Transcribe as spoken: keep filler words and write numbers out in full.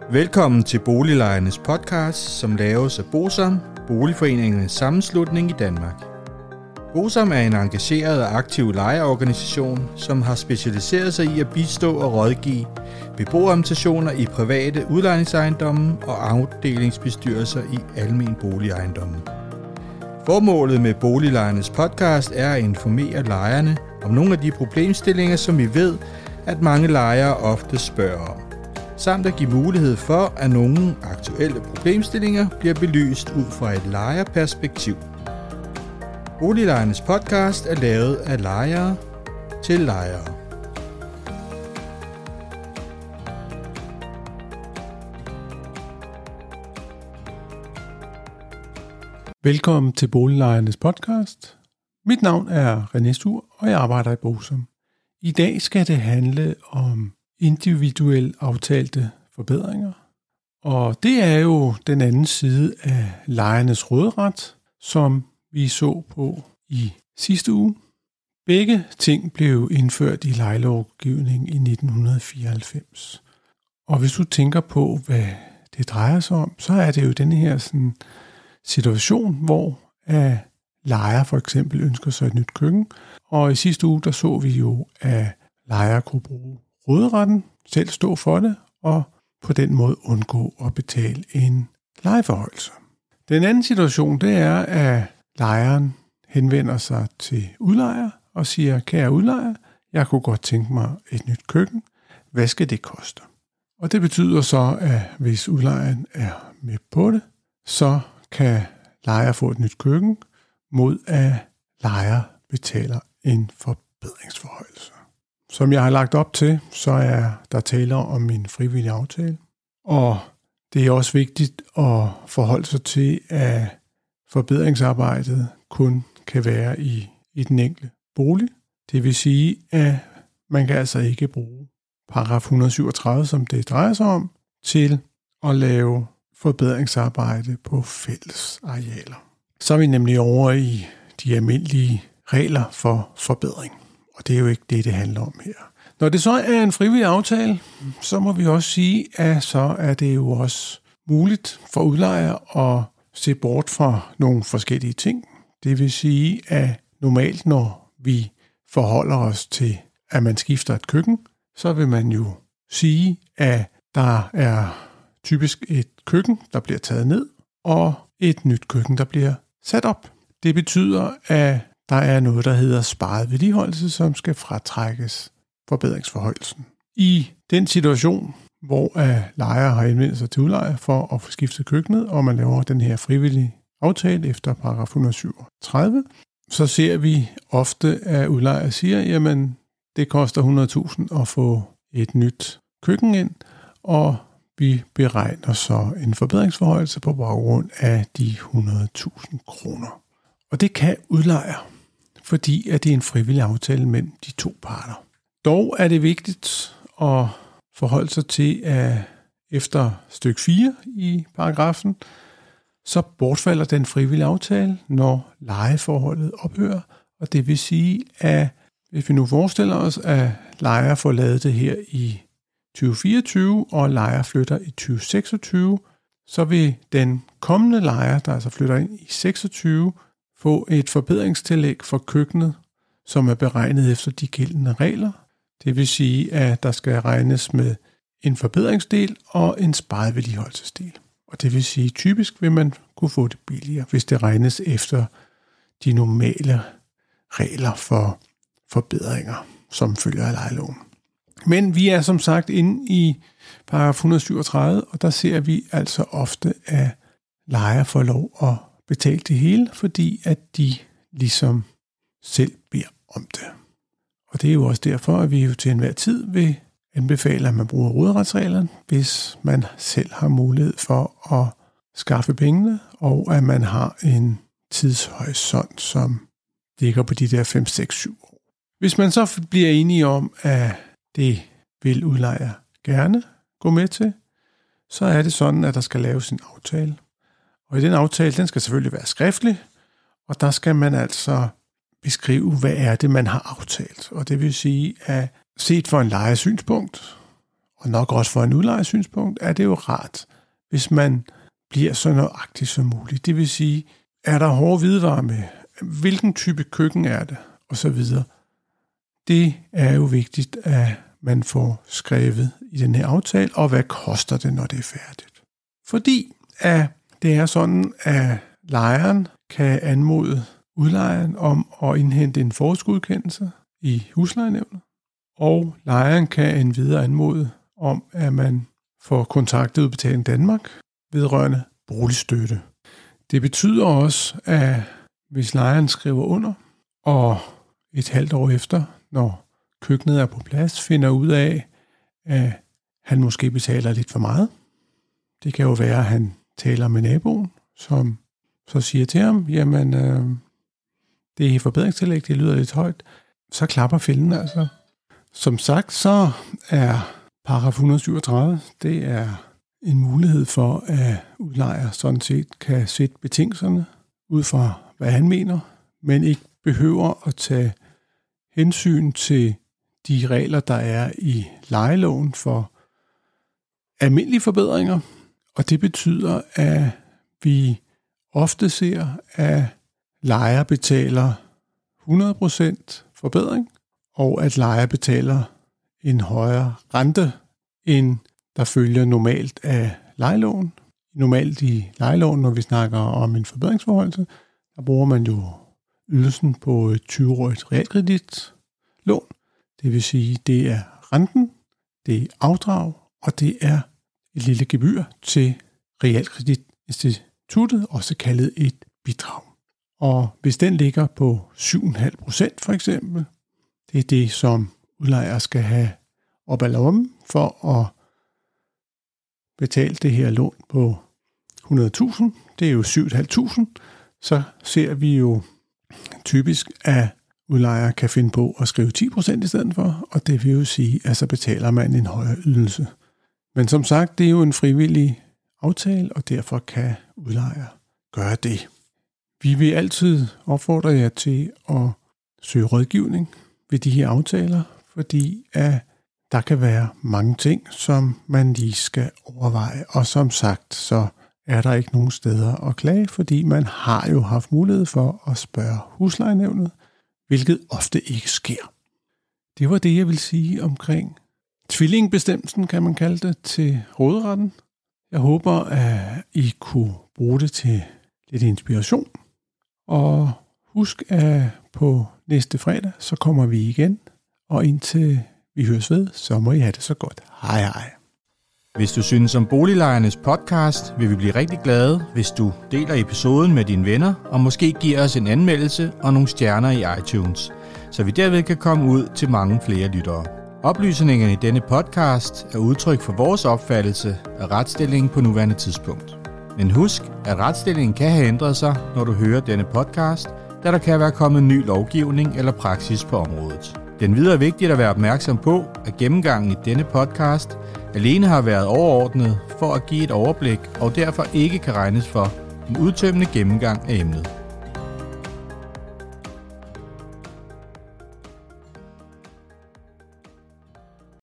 Velkommen til Boliglejernes podcast, som laves af BOSAM, Boligforeningernes Sammenslutning i Danmark. BOSAM er en engageret og aktiv lejerorganisation, som har specialiseret sig i at bistå og rådgive beboerrepræsentationer i private udlejningsejendomme og afdelingsbestyrelser i almen boligejendomme. Formålet med Boliglejernes podcast er at informere lejerne om nogle af de problemstillinger, som vi ved, at mange lejere ofte spørger om, samt at give mulighed for, at nogle aktuelle problemstillinger bliver belyst ud fra et lejerperspektiv. Boliglejernes podcast er lavet af lejere til lejere. Velkommen til Boliglejernes podcast. Mit navn er René Stur, og jeg arbejder i BOSAM. I dag skal det handle om individuelt aftalte forbedringer. Og det er jo den anden side af lejernes råderet, som vi så på i sidste uge. Begge ting blev indført i lejelovgivningen i nitten fireoghalvfems. Og hvis du tænker på, hvad det drejer sig om, så er det jo den her sådan, situation, hvor uh, lejer for eksempel ønsker sig et nyt køkken. Og i sidste uge, der så vi jo, at lejer kunne bruge råderetten, selv stå for det, og på den måde undgå at betale en lejeforhøjelse. Den anden situation, det er, at lejeren henvender sig til udlejer og siger, kære udlejer, jeg kunne godt tænke mig et nyt køkken. Hvad skal det koste? Og det betyder så, at hvis udlejeren er med på det, så kan lejer få et nyt køkken, mod at lejer betaler en forbedringsforhøjelse. Som jeg har lagt op til, så er der tale om en frivillig aftale. Og det er også vigtigt at forholde sig til, at forbedringsarbejdet kun kan være i, i den enkelte bolig. Det vil sige, at man kan altså ikke bruge paragraf et hundrede syvogtredive, som det drejer sig om, til at lave forbedringsarbejde på fælles arealer. Så er vi nemlig over i de almindelige regler for forbedring. Og det er jo ikke det, det handler om her. Når det så er en frivillig aftale, så må vi også sige, at så er det jo også muligt for udlejer at se bort fra nogle forskellige ting. Det vil sige, at normalt, når vi forholder os til, at man skifter et køkken, så vil man jo sige, at der er typisk et køkken, der bliver taget ned, og et nyt køkken, der bliver sat op. Det betyder, at der er noget, der hedder sparet vedligeholdelse, som skal fratrækkes forbedringsforhøjelsen. I den situation, hvor lejer har indvendt sig til udlejer for at få skiftet køkkenet, og man laver den her frivillige aftale efter paragraf et hundrede syvogtredive, så ser vi ofte, at udlejer siger, jamen det koster hundrede tusind at få et nyt køkken ind, og vi beregner så en forbedringsforhøjelse på baggrund af de hundrede tusind kroner. Og det kan udlejer, fordi at det er en frivillig aftale mellem de to parter. Dog er det vigtigt at forholde sig til, at efter stykke fire i paragrafen, så bortfalder den frivillige aftale, når lejeforholdet ophører. Og det vil sige, at hvis vi nu forestiller os, at lejer får lavet det her i tyve fireogtyve, og lejer flytter i tyve seksogtyve, så vil den kommende lejer, der altså flytter ind i seksogtyve, få et forbedringstillæg for køkkenet, som er beregnet efter de gældende regler. Det vil sige, at der skal regnes med en forbedringsdel og en sparet vedligeholdelsesdel. Og det vil sige, at typisk vil man kunne få det billigere, hvis det regnes efter de normale regler for forbedringer, som følger af lejeloven. Men vi er som sagt inde i paragraf et hundrede syvogtredive, og der ser vi altså ofte, at lejer får lov at betale det hele, fordi at de ligesom selv beder om det. Og det er jo også derfor, at vi jo til enhver tid vil anbefale, at man bruger råderetsreglerne, hvis man selv har mulighed for at skaffe pengene, og at man har en tidshorisont, som ligger på de der fem, seks, syv år. Hvis man så bliver enige om, at det vil udlejer gerne gå med til, så er det sådan, at der skal laves en aftale. Og i den aftale, den skal selvfølgelig være skriftlig, og der skal man altså beskrive, hvad er det, man har aftalt. Og det vil sige, at set fra en lejersynspunkt, og nok også for en udlejersynspunkt, er det jo rart, hvis man bliver så nøjagtig som muligt. Det vil sige, er der hårde hvidevarer med? Hvilken type køkken er det? Og så videre. Det er jo vigtigt, at man får skrevet i den her aftale, og hvad koster det, når det er færdigt. Fordi at det er sådan, at lejeren kan anmode udlejeren om at indhente en forudsgodkendelse i huslejenævnet, og lejeren kan endvidere anmode om, at man får kontaktet Udbetaling Danmark vedrørende boligstøtte. Det betyder også, at hvis lejeren skriver under, og et halvt år efter, når køkkenet er på plads, finder ud af, at han måske betaler lidt for meget. Det kan jo være, at han taler med naboen, som så siger til ham, jamen, øh, det er forbedringstillæg, det lyder lidt højt. Så klapper fælden altså. Som sagt, så er paragraf et hundrede syvogtredive, det er en mulighed for, at udlejer sådan set kan sætte betingelserne ud fra, hvad han mener, men ikke behøver at tage hensyn til de regler, der er i lejeloven for almindelige forbedringer. Og det betyder, at vi ofte ser, at lejer betaler hundrede procent forbedring, og at lejer betaler en højere rente, end der følger normalt af lejeloven. Normalt i lejeloven, når vi snakker om en forbedringsforholdelse, der bruger man jo ydelsen på et tyve-årigt realkreditlån. Det vil sige, det er renten, det er afdrag, og det er et lille gebyr til realkreditinstituttet, også kaldet et bidrag. Og hvis den ligger på syv komma fem procent for eksempel, det er det, som udlejer skal have op ad lommen for at betale det her lån på hundrede tusind. Det er jo syv tusind fem hundrede. Så ser vi jo typisk, at udlejer kan finde på at skrive ti procent i stedet for, og det vil jo sige, at så betaler man en højere ydelse. Men som sagt, det er jo en frivillig aftale, og derfor kan udlejer gøre det. Vi vil altid opfordre jer til at søge rådgivning ved de her aftaler, fordi at der kan være mange ting, som man lige skal overveje. Og som sagt, så er der ikke nogen steder at klage, fordi man har jo haft mulighed for at spørge huslejenævnet, hvilket ofte ikke sker. Det var det, jeg vil sige omkring tvillingbestemmelsen, kan man kalde det, til råderetten. Jeg håber, at I kunne bruge det til lidt inspiration. Og husk, at på næste fredag, så kommer vi igen. Og indtil vi høres ved, så må I have det så godt. Hej hej. Hvis du synes om Boliglejernes podcast, vil vi blive rigtig glade, hvis du deler episoden med dine venner, og måske giver os en anmeldelse og nogle stjerner i iTunes, så vi derved kan komme ud til mange flere lyttere. Oplysningerne i denne podcast er udtryk for vores opfattelse af retsstillingen på nuværende tidspunkt. Men husk, at retsstillingen kan have ændret sig, når du hører denne podcast, da der kan være kommet ny lovgivning eller praksis på området. Den videre er vigtigt at være opmærksom på, at gennemgangen i denne podcast alene har været overordnet for at give et overblik og derfor ikke kan regnes for en udtømmende gennemgang af emnet.